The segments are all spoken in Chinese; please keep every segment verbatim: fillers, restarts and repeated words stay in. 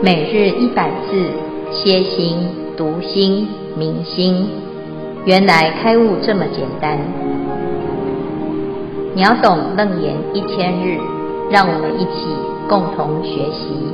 每日一百字，歇心、读心、明心，原来开悟这么简单。秒懂楞严一千日，让我们一起共同学习。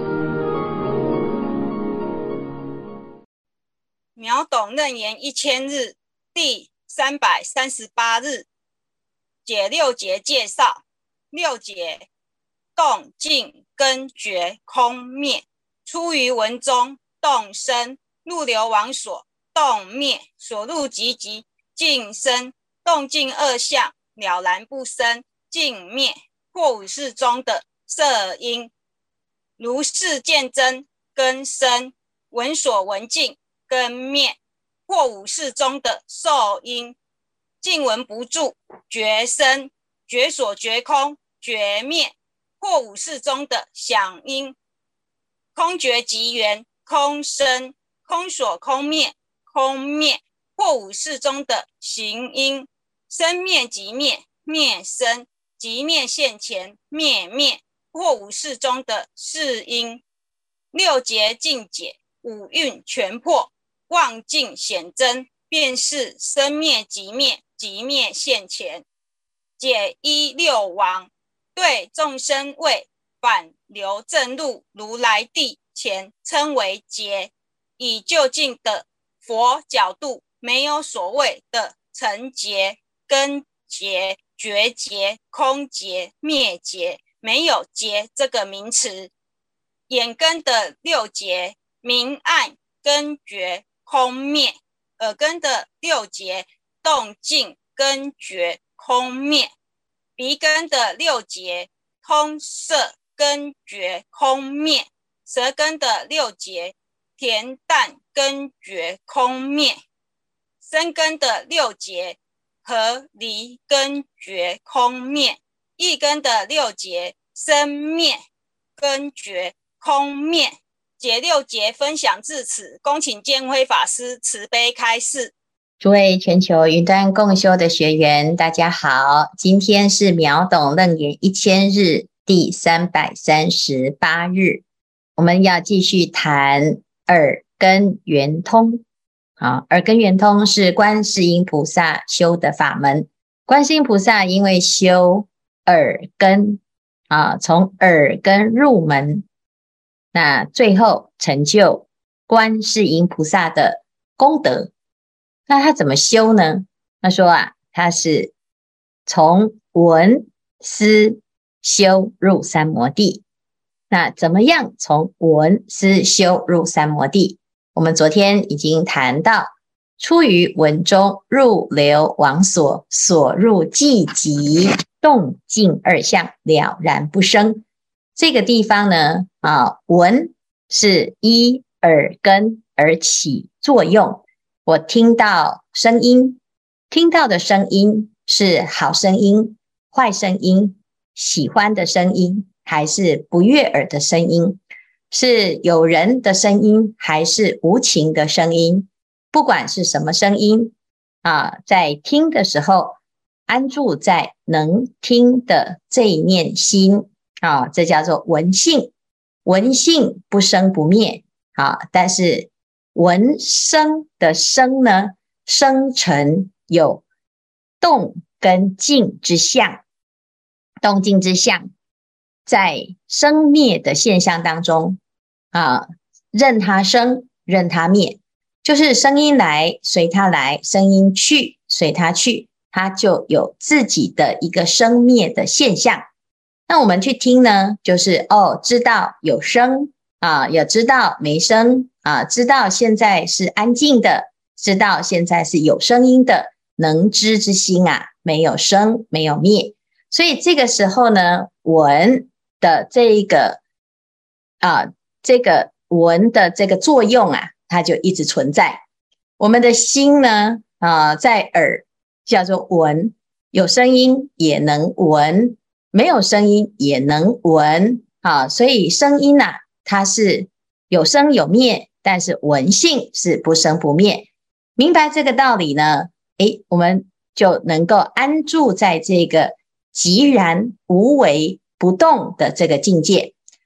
秒懂楞严一千日第三百三十八日，解六节介绍。六节动静根觉空灭，出于文中，动生入流往所，动灭所入即即静生，动静二相了然不生，静灭或五事中的色因，如是见真根生，闻所闻静根灭，或五事中的受因，静闻不住觉生，觉所觉空觉灭，或五事中的响因，空觉即缘空生，空所空灭空灭，或五事中的行因，生灭即灭灭生，即灭现前灭灭，或五事中的是因。六节尽解，五蕴全破，妄境显真，便是生灭即灭即灭现前。解一六王，对众生位反流正入如来地前称为劫，以就近的佛角度，没有所谓的成劫、根劫、觉劫、空劫、灭劫，没有劫这个名词。眼根的六劫，明暗根觉空灭；耳根的六劫，动静根觉空灭；鼻根的六劫，通色根觉空灭；舌根的六劫，甜淡根觉空灭；身根的六劫，和离根觉空灭；意根的六劫，生灭根觉空灭。解六节分享至此，恭请建辉法师慈悲开示。 诸位全球云端共修的学员，大家好，今天是秒懂楞严一千日第三百三十八日，我们要继续谈耳根圆通。好，耳根圆通是观世音菩萨修的法门。观世音菩萨因为修耳根啊，从耳根入门，那最后成就观世音菩萨的功德。那他怎么修呢？他说啊，他是从闻思修入三摩地。那怎么样从闻思修入三摩地？我们昨天已经谈到，出于闻中，入流往所，所入即即动静二相了然不生。这个地方呢，啊，闻是依耳根而起作用。我听到声音，听到的声音是好声音、坏声音，喜欢的声音还是不悦耳的声音，是有人的声音还是无情的声音，不管是什么声音啊，在听的时候安住在能听的这一念心啊，这叫做闻性。闻性不生不灭啊，但是闻声的声呢，声尘有动跟静之相，动静之相在生灭的现象当中啊，任它生任它灭，就是声音来随它来，声音去随它去，它就有自己的一个生灭的现象。那我们去听呢，就是哦，知道有声啊，也知道没声啊，知道现在是安静的，知道现在是有声音的，能知之心啊，没有生没有灭。所以这个时候呢，闻的这一个啊，这个闻的这个作用啊，它就一直存在。我们的心呢啊，在耳叫做闻，有声音也能闻，没有声音也能闻啊。所以声音啊，它是有生有灭，但是闻性是不生不灭。明白这个道理呢，诶，我们就能够安住在这个寂然无为不动的这个境界。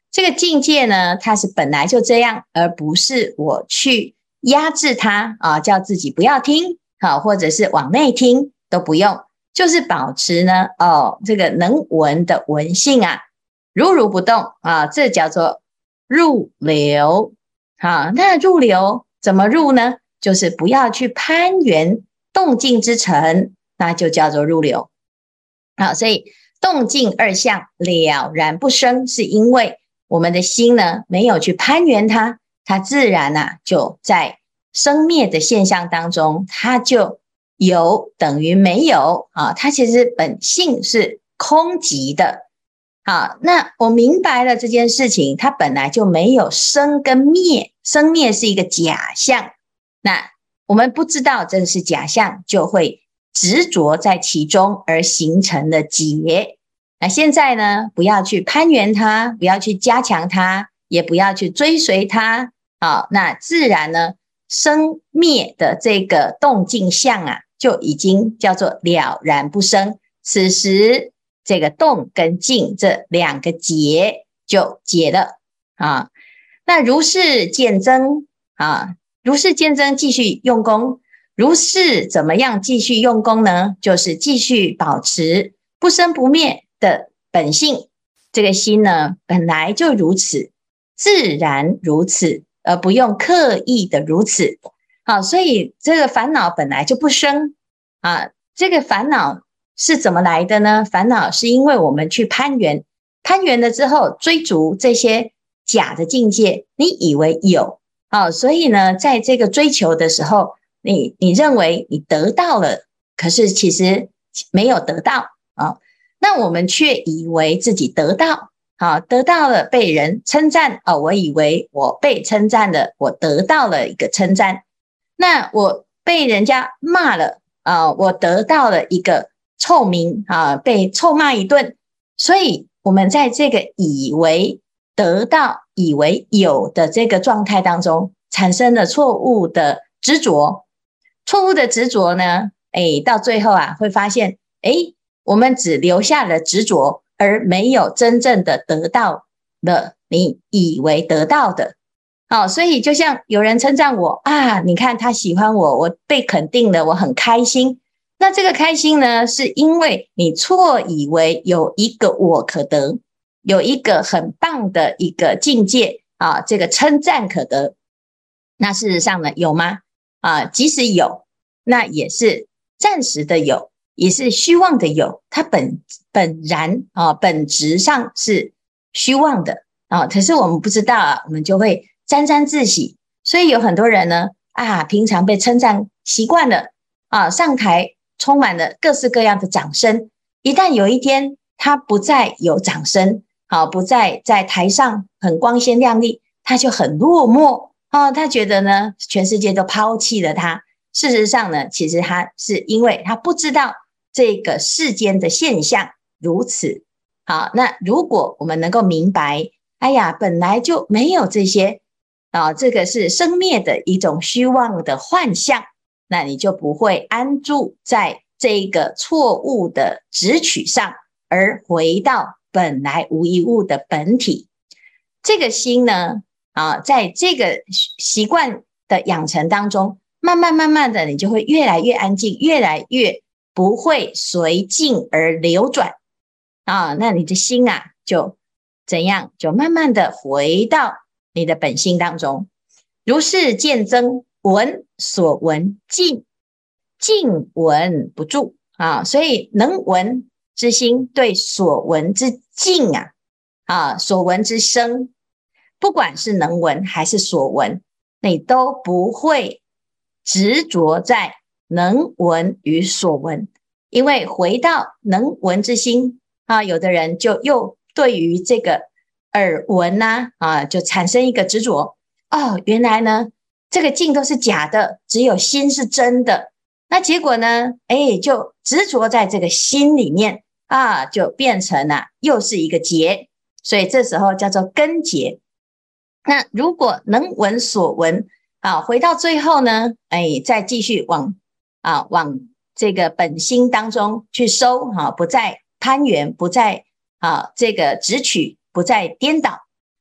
这个境界呢，它是本来就这样，而不是我去压制它啊，叫自己不要听，好，或者是往内听都不用，就是保持呢，哦，这个能闻的闻性啊，如如不动啊，这叫做入流。好，那入流怎么入呢？就是不要去攀缘动静之尘，那就叫做入流。好，所以动静二相了然不生，是因为我们的心呢没有去攀缘它，它自然啊就在生灭的现象当中，它就有等于没有啊，它其实本性是空寂的。好，那我明白了这件事情，它本来就没有生跟灭，生灭是一个假象。那我们不知道这是假象，就会执着在其中而形成的结。那现在呢，不要去攀缘它，不要去加强它，也不要去追随它。好，那自然呢，生灭的这个动静相啊，就已经叫做了然不生。此时这个动跟静这两个结就解了啊。那如是见增啊，如是见增继续用功，如是怎么样继续用功呢？就是继续保持不生不灭的本性，这个心呢本来就如此，自然如此，而不用刻意的如此。好，所以这个烦恼本来就不生啊，这个烦恼是怎么来的呢？烦恼是因为我们去攀缘，攀缘了之后追逐这些假的境界，你以为有，好，所以呢，在这个追求的时候，你你认为你得到了，可是其实没有得到啊。那我们却以为自己得到，好，得到了被人称赞啊，我以为我被称赞了，我得到了一个称赞。那我被人家骂了啊，我得到了一个臭名啊，被臭骂一顿。所以我们在这个以为得到、以为有的这个状态当中，产生了错误的执着。错误的执着呢，哎，到最后啊，会发现，哎，我们只留下了执着，而没有真正的得到了你以为得到的。好，所以就像有人称赞我啊，你看他喜欢我，我被肯定了，我很开心。那这个开心呢，是因为你错以为有一个我可得，有一个很棒的一个境界啊，这个称赞可得。那事实上呢，有吗？啊，即使有，那也是暂时的有，也是虚妄的有，它本本然啊，本质上是虚妄的啊。可是我们不知道啊，我们就会沾沾自喜。所以有很多人呢，啊，平常被称赞习惯了啊，上台充满了各式各样的掌声。一旦有一天他不再有掌声，好，不再在台上很光鲜亮丽，他就很落寞啊。他觉得呢，全世界都抛弃了他。事实上呢，其实他是因为他不知道这个世间的现象如此。好，那如果我们能够明白，哎呀，本来就没有这些啊，这个是生灭的一种虚妄的幻象，那你就不会安住在这个错误的执取上，而回到本来无一物的本体。这个心呢，啊，在这个习惯的养成当中，慢慢慢慢的，你就会越来越安静，越来越不会随境而流转啊。那你的心啊，就怎样？就慢慢的回到你的本性当中。如是见增，闻所闻尽，尽闻不住啊。所以能闻之心对所闻之尽啊，啊，所闻之生，不管是能闻还是所闻，你都不会执着在能闻与所闻。因为回到能闻之心啊，有的人就又对于这个耳闻啊，啊就产生一个执着。哦，原来呢这个境都是假的，只有心是真的。那结果呢，哎，就执着在这个心里面啊，就变成啊又是一个结。所以这时候叫做根结。那如果能闻所闻啊，回到最后呢，哎，再继续往啊往这个本心当中去收啊，不再攀缘，不再啊这个执取，不再颠倒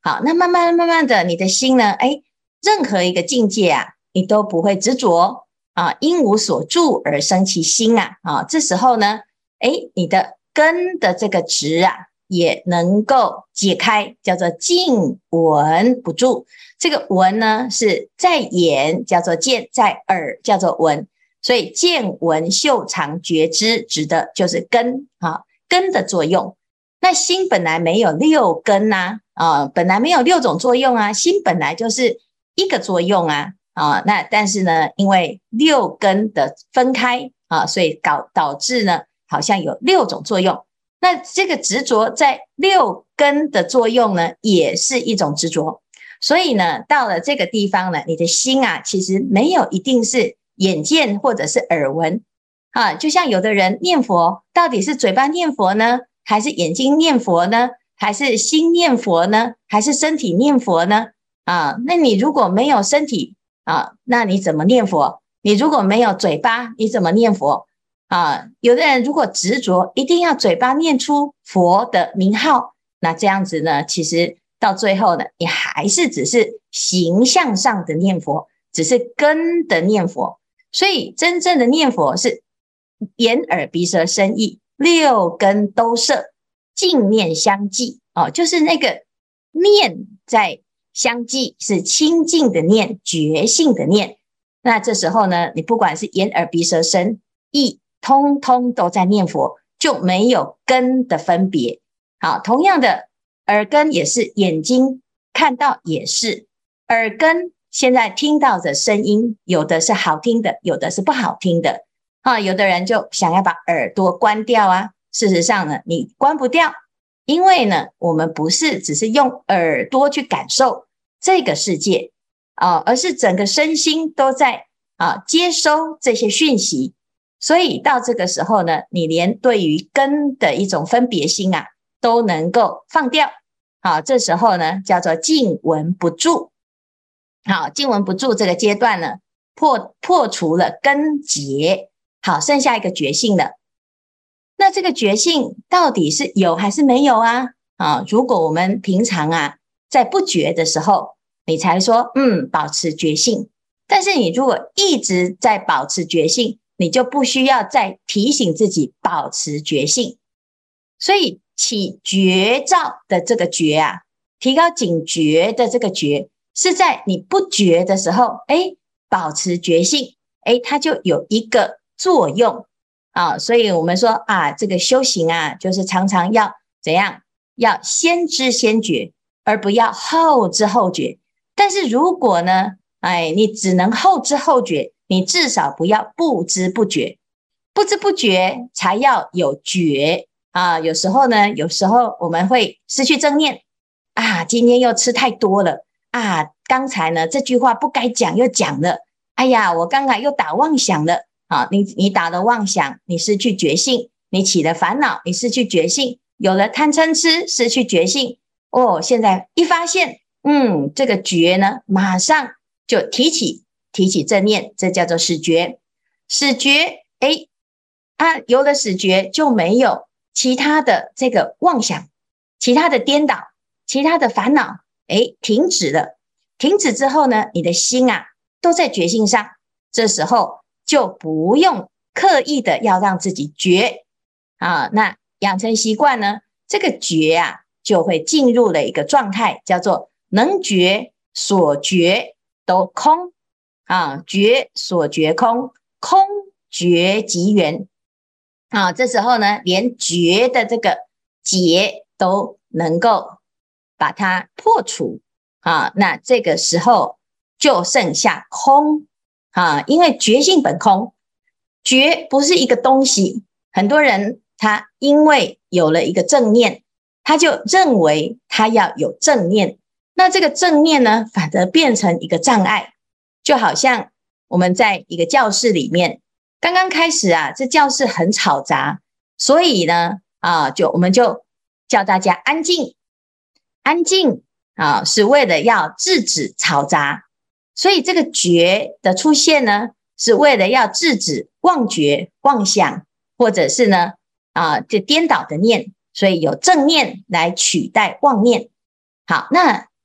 好，那慢慢慢慢的，你的心呢，哎，任何一个境界啊，你都不会执着啊，因无所住而生其心啊，啊，这时候呢，哎，你的根的这个执啊，也能够解开，叫做静闻不住。这个闻呢，是在眼叫做见，在耳叫做闻，所以见闻嗅尝觉知指的就是根啊，根的作用。那心本来没有六根呐、啊，啊，本来没有六种作用啊，心本来就是一个作用啊，啊，那但是呢，因为六根的分开啊，所以导导致呢，好像有六种作用。那这个执着在六根的作用呢，也是一种执着。所以呢，到了这个地方呢，你的心啊，其实没有一定是眼见或者是耳闻啊。就像有的人念佛，到底是嘴巴念佛呢，还是眼睛念佛呢，还是心念佛呢，还是身体念佛呢？啊，那你如果没有身体啊，那你怎么念佛？你如果没有嘴巴，你怎么念佛？啊，有的人如果执着一定要嘴巴念出佛的名号，那这样子呢，其实到最后呢，你还是只是形象上的念佛，只是根的念佛。所以真正的念佛是眼耳鼻舌身意六根都摄，净念相继哦，就是那个念在相继，是清净的念，觉性的念。那这时候呢，你不管是眼耳鼻舌身意，通通都在念佛，就没有根的分别。好，同样的，耳根也是，眼睛看到也是，耳根现在听到的声音，有的是好听的，有的是不好听的。啊，有的人就想要把耳朵关掉啊，事实上呢，你关不掉，因为呢，我们不是只是用耳朵去感受这个世界啊，而是整个身心都在啊接收这些讯息。所以到这个时候呢，你连对于根的一种分别心啊，都能够放掉。好，这时候呢，叫做静闻不住。好，静闻不住这个阶段呢，破破除了根结。好，剩下一个觉性了。那这个觉性到底是有还是没有啊？啊，如果我们平常啊，在不觉的时候，你才说嗯，保持觉性。但是你如果一直在保持觉性，你就不需要再提醒自己保持觉性。所以起觉照的这个觉啊，提高警觉的这个觉，是在你不觉的时候，哎，保持觉性，哎，它就有一个作用啊。所以我们说啊，这个修行啊，就是常常要怎样？要先知先觉，而不要后知后觉。但是如果呢，哎，你只能后知后觉，你至少不要不知不觉，不知不觉才要有觉啊。有时候呢，有时候我们会失去正念啊，今天又吃太多了啊，刚才呢这句话不该讲又讲了，哎呀，我刚才又打妄想了啊。你你打了妄想，你失去觉性；你起了烦恼，你失去觉性；有了贪嗔痴，失去觉性。哦，现在一发现，嗯，这个觉呢，马上就提起提起正念，这叫做始觉。始觉，哎，啊，有了始觉就没有其他的这个妄想，其他的颠倒，其他的烦恼，哎，停止了。停止之后呢，你的心啊都在觉性上，这时候就不用刻意的要让自己觉啊。那养成习惯呢，这个觉啊就会进入了一个状态，叫做能觉所觉都空啊，觉所觉空，空觉即圆啊。这时候呢，连觉的这个结都能够把它破除啊。那这个时候就剩下空啊，因为觉性本空，觉不是一个东西。很多人他因为有了一个正念，他就认为他要有正念，那这个正念呢，反而变成一个障碍。就好像我们在一个教室里面，刚刚开始啊，这教室很吵杂，所以呢，啊，就我们就叫大家安静，安静啊，是为了要制止吵杂。所以这个觉的出现呢，是为了要制止妄觉、妄想，或者是呢，啊，这颠倒的念。所以有正念来取代妄念。好，那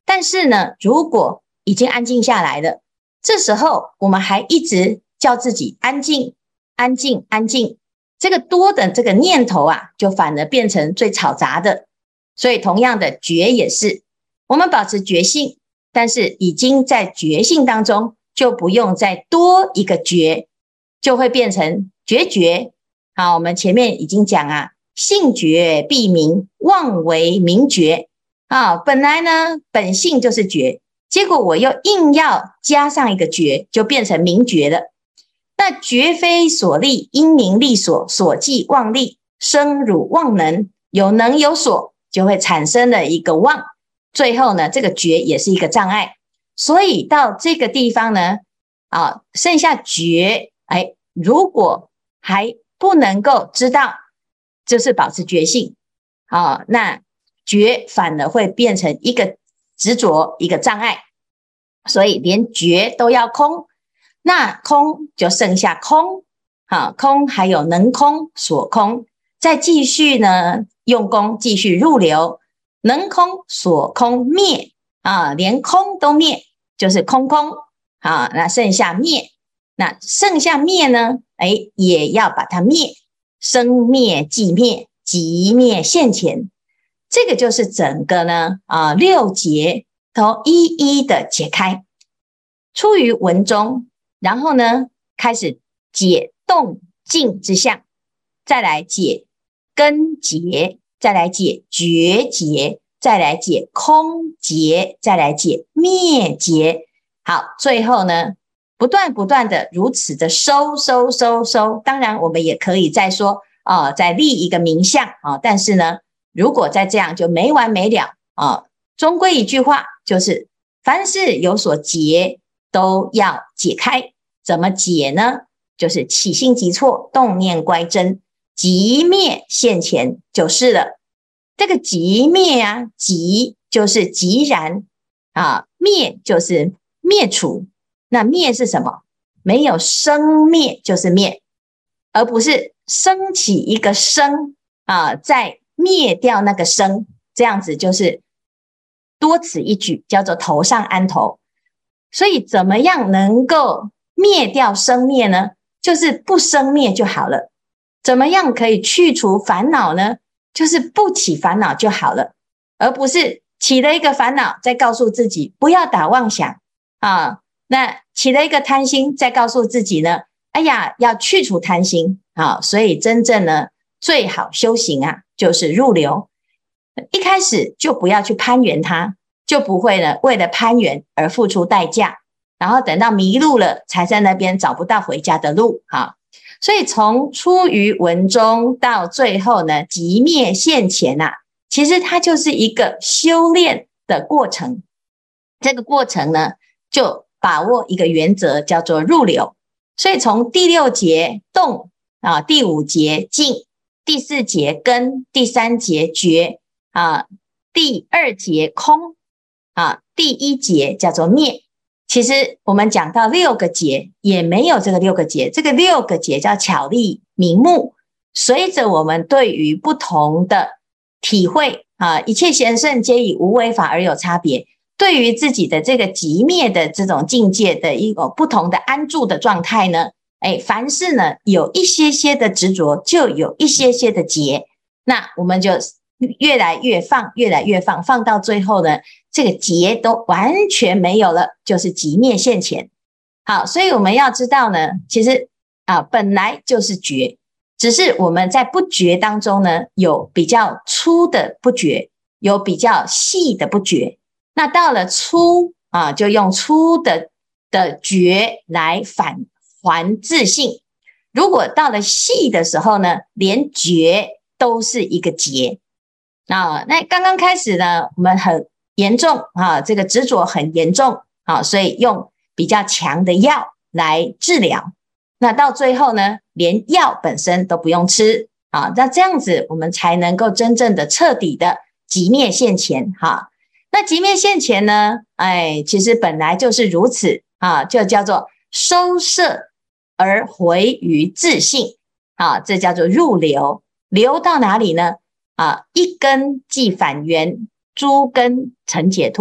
但是呢，如果已经安静下来了，这时候我们还一直叫自己安静、安静、安静，这个多的这个念头啊，就反而变成最吵杂的。所以同样的觉也是，我们保持觉性，但是已经在觉性当中，就不用再多一个觉，就会变成觉觉。好，我们前面已经讲啊，性觉必明，妄为明觉。啊，本来呢本性就是觉，结果我又硬要加上一个觉，就变成明觉了。那觉非所立，因名利所，所即妄立，生汝妄能，有能有所，就会产生了一个妄。最后呢，这个觉也是一个障碍。所以到这个地方呢，啊，剩下觉，哎，如果还不能够知道，就是保持觉性，啊，那觉反而会变成一个执着，一个障碍。所以连觉都要空，那空就剩下空，好，空还有能空、所空，再继续呢用功，继续入流，能空、所空灭啊，连空都灭，就是空空啊，那剩下灭，那剩下灭呢？哎，也要把它灭，生灭即灭，即灭现前，这个就是整个呢啊六节都一一的解开，出于文中，然后呢开始解动静之相，再来解根结，再来解觉结，再来解空结，再来解灭结。好，最后呢不断不断的如此的收收收收。当然我们也可以再说啊、呃，再立一个名相啊、呃，但是呢如果再这样就没完没了啊、呃。终归一句话，就是凡事有所结都要解开。怎么解呢？就是起心即错，动念乖真，即灭现前就是了。这个即灭啊，即就是即然啊，灭就是灭除。那灭是什么？没有生灭就是灭，而不是升起一个生啊，再灭掉那个生，这样子就是多此一举，叫做头上安头。所以怎么样能够灭掉生灭呢？就是不生灭就好了。怎么样可以去除烦恼呢？就是不起烦恼就好了，而不是起了一个烦恼再告诉自己不要打妄想啊，那起了一个贪心再告诉自己呢，哎呀要去除贪心啊。所以真正呢最好修行啊，就是入流，一开始就不要去攀缘它，就不会呢为了攀缘而付出代价，然后等到迷路了才在那边找不到回家的路啊。所以从出于文中到最后呢即灭现前啊，其实它就是一个修炼的过程。这个过程呢就把握一个原则，叫做入流。所以从第六节动啊，第五节静，第四节根，第三节觉啊，第二节空啊，第一节叫做灭。其实我们讲到六个节也没有这个六个节，这个六个节叫巧立名目，随着我们对于不同的体会啊，一切贤圣皆以无为法而有差别，对于自己的这个寂灭的这种境界的一种不同的安住的状态呢，哎，凡事呢有一些些的执着，就有一些些的结，那我们就越来越放，越来越放，放到最后呢这个结都完全没有了，就是即灭现前。好，所以我们要知道呢，其实啊本来就是觉，只是我们在不觉当中呢有比较粗的不觉，有比较细的不觉。那到了粗啊，就用粗的的觉来返还自性。如果到了细的时候呢，连觉都是一个结啊。那刚刚开始呢，我们很严重啊，这个执着很严重啊，所以用比较强的药来治疗。那到最后呢，连药本身都不用吃啊，那这样子我们才能够真正的彻底的即灭现前哈、啊。那即灭现前呢，哎，其实本来就是如此啊，就叫做收摄而回于自性啊，这叫做入流。流到哪里呢？啊，一根即返源，诸根成解脱，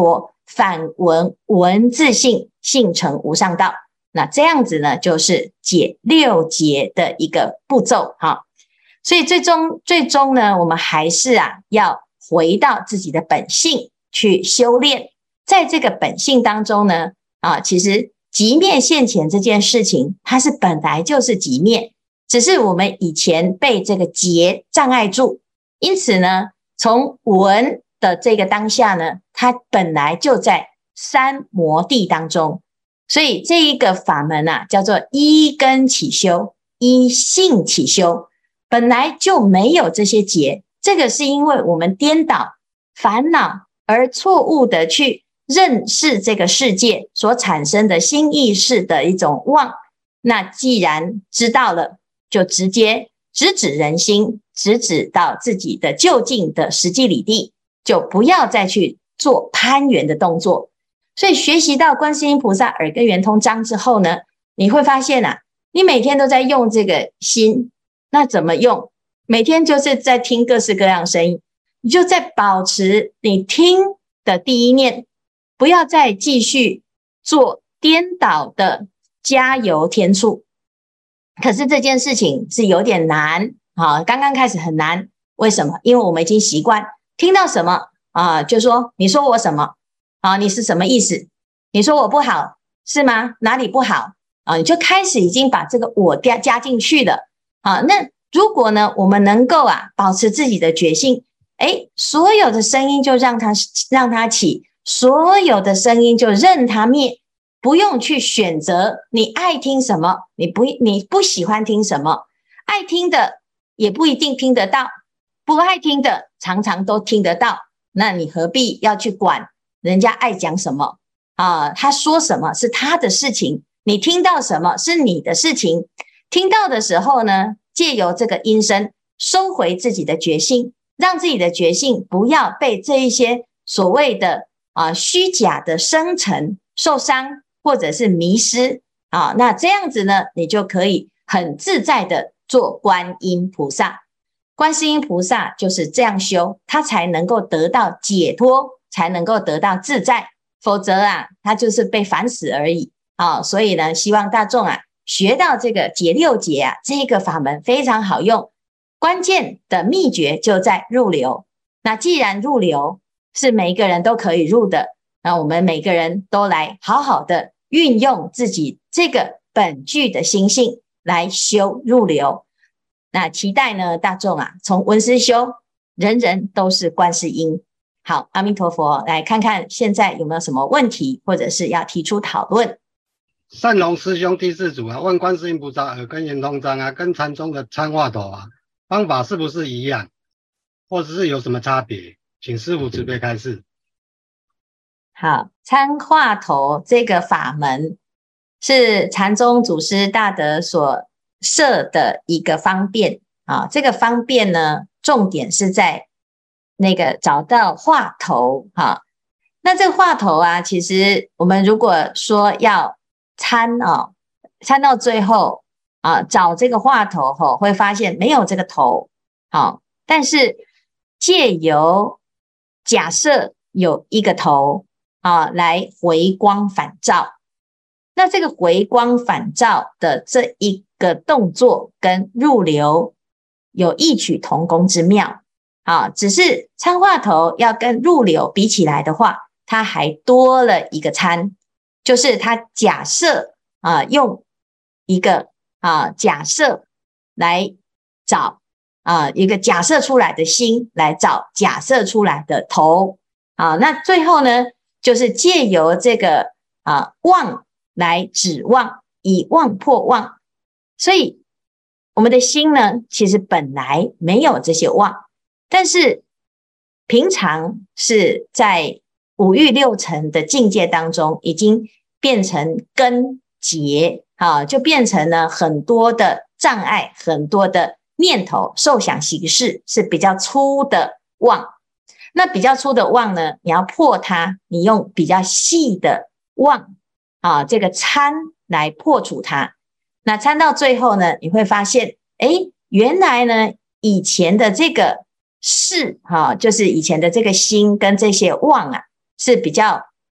反闻闻自性，性成无上道。那这样子呢，就是解六劫的一个步骤哈。所以最终最终呢，我们还是啊要回到自己的本性去修炼。在这个本性当中呢，啊，其实寂灭现前这件事情，它是本来就是寂灭，只是我们以前被这个结障碍住。因此呢，从闻的这个当下呢，它本来就在三摩地当中。所以这一个法门啊，叫做依根起修，依性起修，本来就没有这些结。这个是因为我们颠倒烦恼而错误的去认识这个世界所产生的新意识的一种妄。那既然知道了，就直接直指人心，直指到自己的究竟的实际理地，就不要再去做攀缘的动作。所以学习到观世音菩萨耳根圆通章之后呢，你会发现啊，你每天都在用这个心。那怎么用？每天就是在听各式各样声音，你就在保持你听的第一念，不要再继续做颠倒的加油添醋。可是这件事情是有点难啊，刚刚开始很难。为什么？因为我们已经习惯听到什么啊，就说你说我什么啊，你是什么意思？你说我不好是吗？哪里不好啊？你就开始已经把这个我加加进去了啊。那如果呢，我们能够啊保持自己的觉性，诶，所有的声音就让它让它起，所有的声音就任它灭，不用去选择你爱听什么，你不你不喜欢听什么，爱听的也不一定听得到，不爱听的常常都听得到。那你何必要去管人家爱讲什么啊？他说什么是他的事情，你听到什么是你的事情。听到的时候呢，借由这个音声收回自己的觉性，让自己的觉性不要被这一些所谓的啊虚假的生成受伤或者是迷失啊。那这样子呢，你就可以很自在的做观音菩萨。观世音菩萨就是这样修，他才能够得到解脱，才能够得到自在，否则啊，他就是被烦死而已啊。所以呢，希望大众啊学到这个解六劫啊，这个法门非常好用，关键的秘诀就在入流。那既然入流是每一个人都可以入的，那我们每个人都来好好的运用自己这个本具的心性来修入流。那期待呢，大众啊，从闻思修，人人都是观世音。好，阿弥陀佛，来看看现在有没有什么问题，或者是要提出讨论。 善龙师兄第四组啊，问观世音菩萨耳根圆通章啊，跟禅宗的参话头啊，方法是不是一样，或者是有什么差别？请师父慈悲开示。 好，参话头这个法门是禅宗祖师大德所设的一个方便啊。这个方便呢，重点是在那个找到话头啊。那这个话头啊，其实我们如果说要参啊，参到最后啊，找这个话头后，会发现没有这个头。好，但是借由假设有一个头啊，来回光返照。那这个回光返照的这一个动作跟入流有异曲同工之妙啊，只是参话头要跟入流比起来的话，它还多了一个参，就是它假设啊，用一个啊假设来找啊一个假设出来的心来找假设出来的头啊。那最后呢，就是借由这个啊妄来指妄，以妄破妄。所以我们的心呢，其实本来没有这些妄，但是平常是在五欲六尘的境界当中，已经变成根结啊，就变成了很多的障碍，很多的念头、受想行识是比较粗的妄。那比较粗的妄呢，你要破它，你用比较细的妄啊，这个参来破除它。那参到最后呢，你会发现，诶，原来呢，以前的这个事哈、啊，就是以前的这个心跟这些妄啊，是比较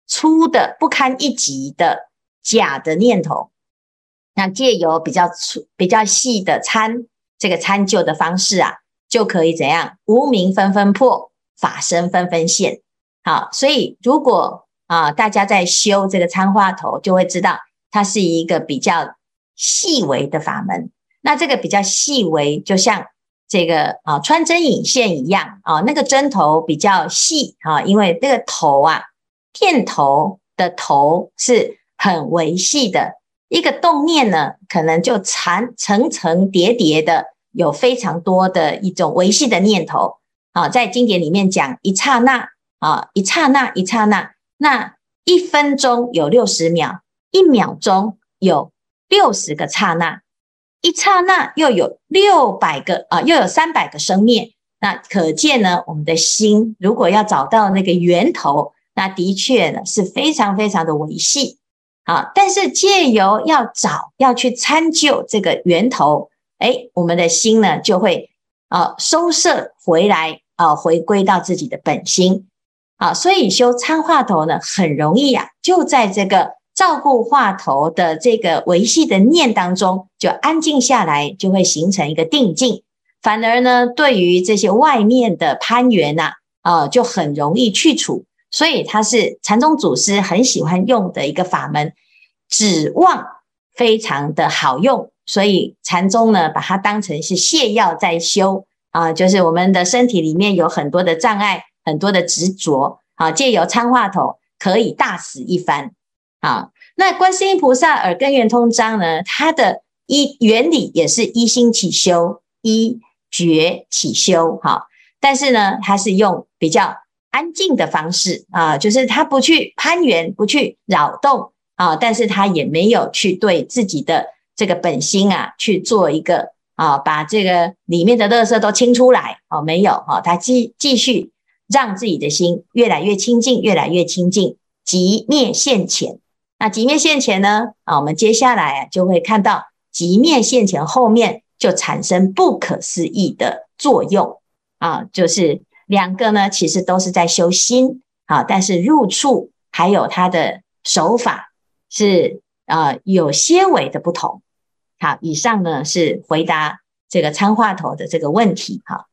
粗的不堪一击的假的念头，那借由比较粗比较细的参这个参究的方式啊，就可以怎样？无明纷纷破，法身纷纷现。好，所以如果啊大家在修这个参话头，就会知道它是一个比较细微的法门。那这个比较细微，就像这个啊穿针引线一样啊，那个针头比较细啊，因为那个头啊，片头的头是很微细的，一个动念呢，可能就缠层层叠叠的，有非常多的一种微细的念头啊。在经典里面讲一刹那啊，一刹那一刹那，那一分钟有六十秒，一秒钟有六十个刹那，一刹那又有六百个啊，又有三百个生灭。那可见呢，我们的心如果要找到那个源头，那的确呢是非常非常的微细啊。但是借由要找要去参究这个源头，哎，我们的心呢就会啊收摄回来啊，回归到自己的本心啊。所以修参话头呢很容易啊，就在这个照顾话头的这个维系的念当中，就安静下来，就会形成一个定境。反而呢，对于这些外面的攀缘呐、啊，呃，就很容易去除。所以它是禅宗祖师很喜欢用的一个法门，指望非常的好用。所以禅宗呢，把它当成是泻药在修啊、呃，就是我们的身体里面有很多的障碍，很多的执着啊，借由参话头可以大死一番。啊，那观世音菩萨耳根圆通章呢，它的一原理也是依心起修，依觉起修，哈。但是呢，它是用比较安静的方式啊，就是它不去攀缘，不去扰动啊，但是它也没有去对自己的这个本心啊去做一个啊，把这个里面的垃圾都清出来哦，没有哈，它继继续让自己的心越来越清净，越来越清净，寂灭现前。那寂灭现前呢？啊，我们接下来啊就会看到寂灭现前后面就产生不可思议的作用啊，就是两个呢其实都是在修心啊，但是入处还有它的手法是呃有些微的不同。好，以上呢是回答这个参话头的这个问题哈。